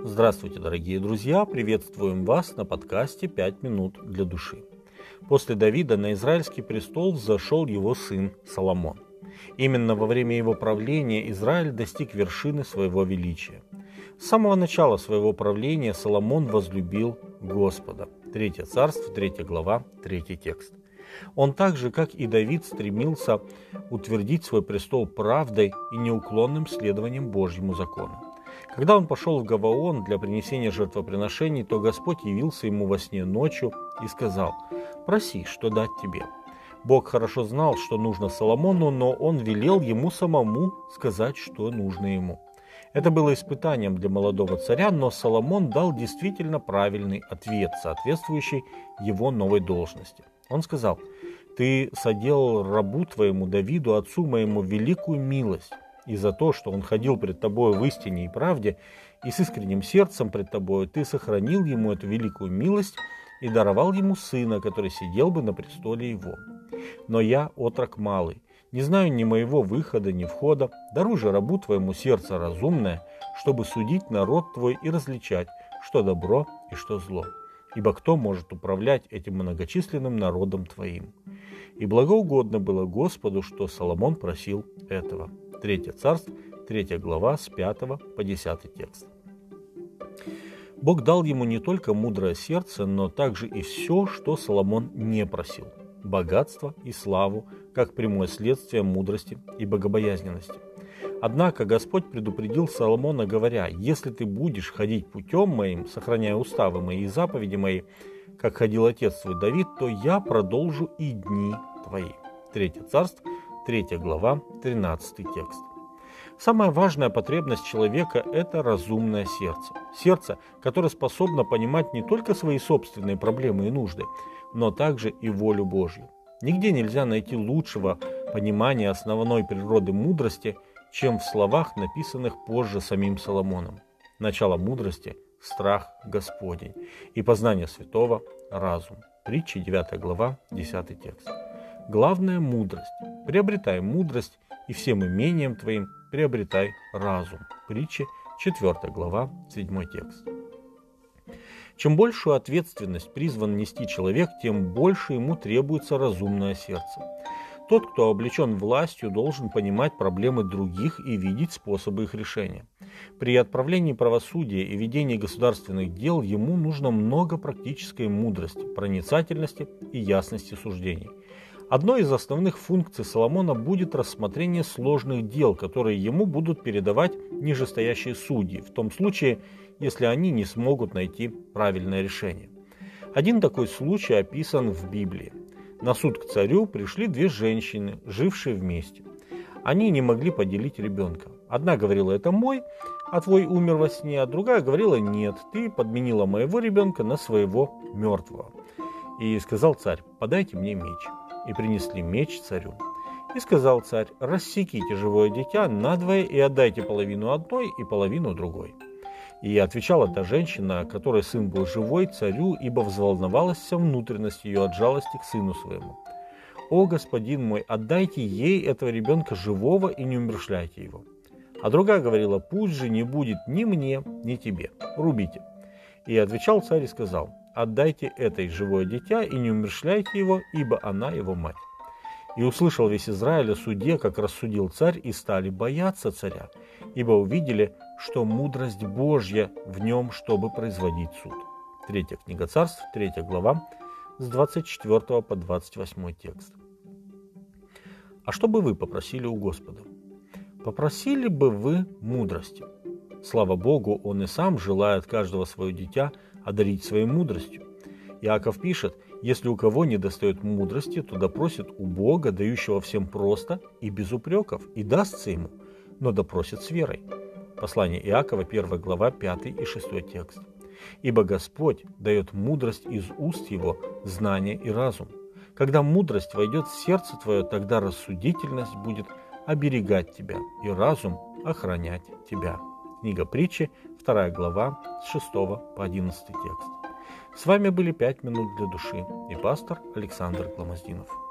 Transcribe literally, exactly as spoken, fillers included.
Здравствуйте, дорогие друзья! Приветствуем вас на подкасте «пять минут для души». После Давида на израильский престол взошел его сын Соломон. Именно во время его правления Израиль достиг вершины своего величия. С самого начала своего правления Соломон возлюбил Господа. Третье царство, третья глава, третий текст. Он так же, как и Давид, стремился утвердить свой престол правдой и неуклонным следованием Божьему закону. Когда он пошел в Гаваон для принесения жертвоприношений, то Господь явился ему во сне ночью и сказал: «Проси, что дать тебе». Бог хорошо знал, что нужно Соломону, но он велел ему самому сказать, что нужно ему. Это было испытанием для молодого царя, но Соломон дал действительно правильный ответ, соответствующий его новой должности. Он сказал: «Ты соделал рабу твоему Давиду, отцу моему, великую милость, и за то, что он ходил пред тобою в истине и правде, и с искренним сердцем пред тобою, ты сохранил ему эту великую милость и даровал ему сына, который сидел бы на престоле его. Но я отрок малый, не знаю ни моего выхода, ни входа. Даруй же рабу твоему сердце разумное, чтобы судить народ твой и различать, что добро и что зло. Ибо кто может управлять этим многочисленным народом твоим?» И благоугодно было Господу, что Соломон просил этого. Третье царство, третья глава, с пятого по десятый текст. Бог дал ему не только мудрое сердце, но также и все, что Соломон не просил. Богатство и славу, как прямое следствие мудрости и богобоязненности. Однако Господь предупредил Соломона, говоря: «Если ты будешь ходить путем моим, сохраняя уставы мои и заповеди мои, как ходил отец твой Давид, то я продолжу и дни твои». Третье царство, третья глава, тринадцатый текст. Самая важная потребность человека – это разумное сердце. Сердце, которое способно понимать не только свои собственные проблемы и нужды, но также и волю Божью. Нигде нельзя найти лучшего понимания основной природы мудрости, чем в словах, написанных позже самим Соломоном. Начало мудрости – страх Господень, и познание святого – разум. Притчи, девятая глава, десятый текст. Главное – мудрость. Приобретай мудрость, и всем имением твоим приобретай разум. Притчи, четвёртая глава, седьмой текст. Чем большую ответственность призван нести человек, тем больше ему требуется разумное сердце. Тот, кто облечен властью, должен понимать проблемы других и видеть способы их решения. При отправлении правосудия и ведении государственных дел ему нужно много практической мудрости, проницательности и ясности суждений. Одной из основных функций Соломона будет рассмотрение сложных дел, которые ему будут передавать нижестоящие судьи, в том случае, если они не смогут найти правильное решение. Один такой случай описан в Библии. На суд к царю пришли две женщины, жившие вместе. Они не могли поделить ребенка. Одна говорила: «Это мой, а твой умер во сне», а другая говорила: «Нет, ты подменила моего ребенка на своего мертвого». И сказал царь: «Подайте мне меч». И принесли меч царю. И сказал царь: «Рассеките живое дитя надвое и отдайте половину одной и половину другой». И отвечала та женщина, которой сын был живой, царю, ибо взволновалась вся внутренность ее от жалости к сыну своему: «О, господин мой, отдайте ей этого ребенка живого и не умерщвляйте его». А другая говорила: «Пусть же не будет ни мне, ни тебе, рубите». И отвечал царь и сказал: «Отдайте этой живое дитя и не умерщвляйте его, ибо она его мать». И услышал весь Израиль о суде, как рассудил царь, и стали бояться царя, ибо увидели, что мудрость Божья в нем, чтобы производить суд. Третья книга Царств, третья глава, с двадцать четвёртого по двадцать восьмой текст. А что бы вы попросили у Господа? Попросили бы вы мудрости. Слава Богу, Он и сам желает каждого свое дитя одарить своей мудростью. Иаков пишет: «Если у кого недостает мудрости, то допросит у Бога, дающего всем просто и без упреков, и дастся ему, но допросит с верой». Послание Иакова, первая глава, пятый и шестой текст. «Ибо Господь дает мудрость из уст его, знание и разум. Когда мудрость войдет в сердце твое, тогда рассудительность будет оберегать тебя, и разум охранять тебя». Книга Притчи, вторая глава, с шестого по одиннадцатый текст. С вами были «пять минут для души» и пастор Александр Гломоздинов.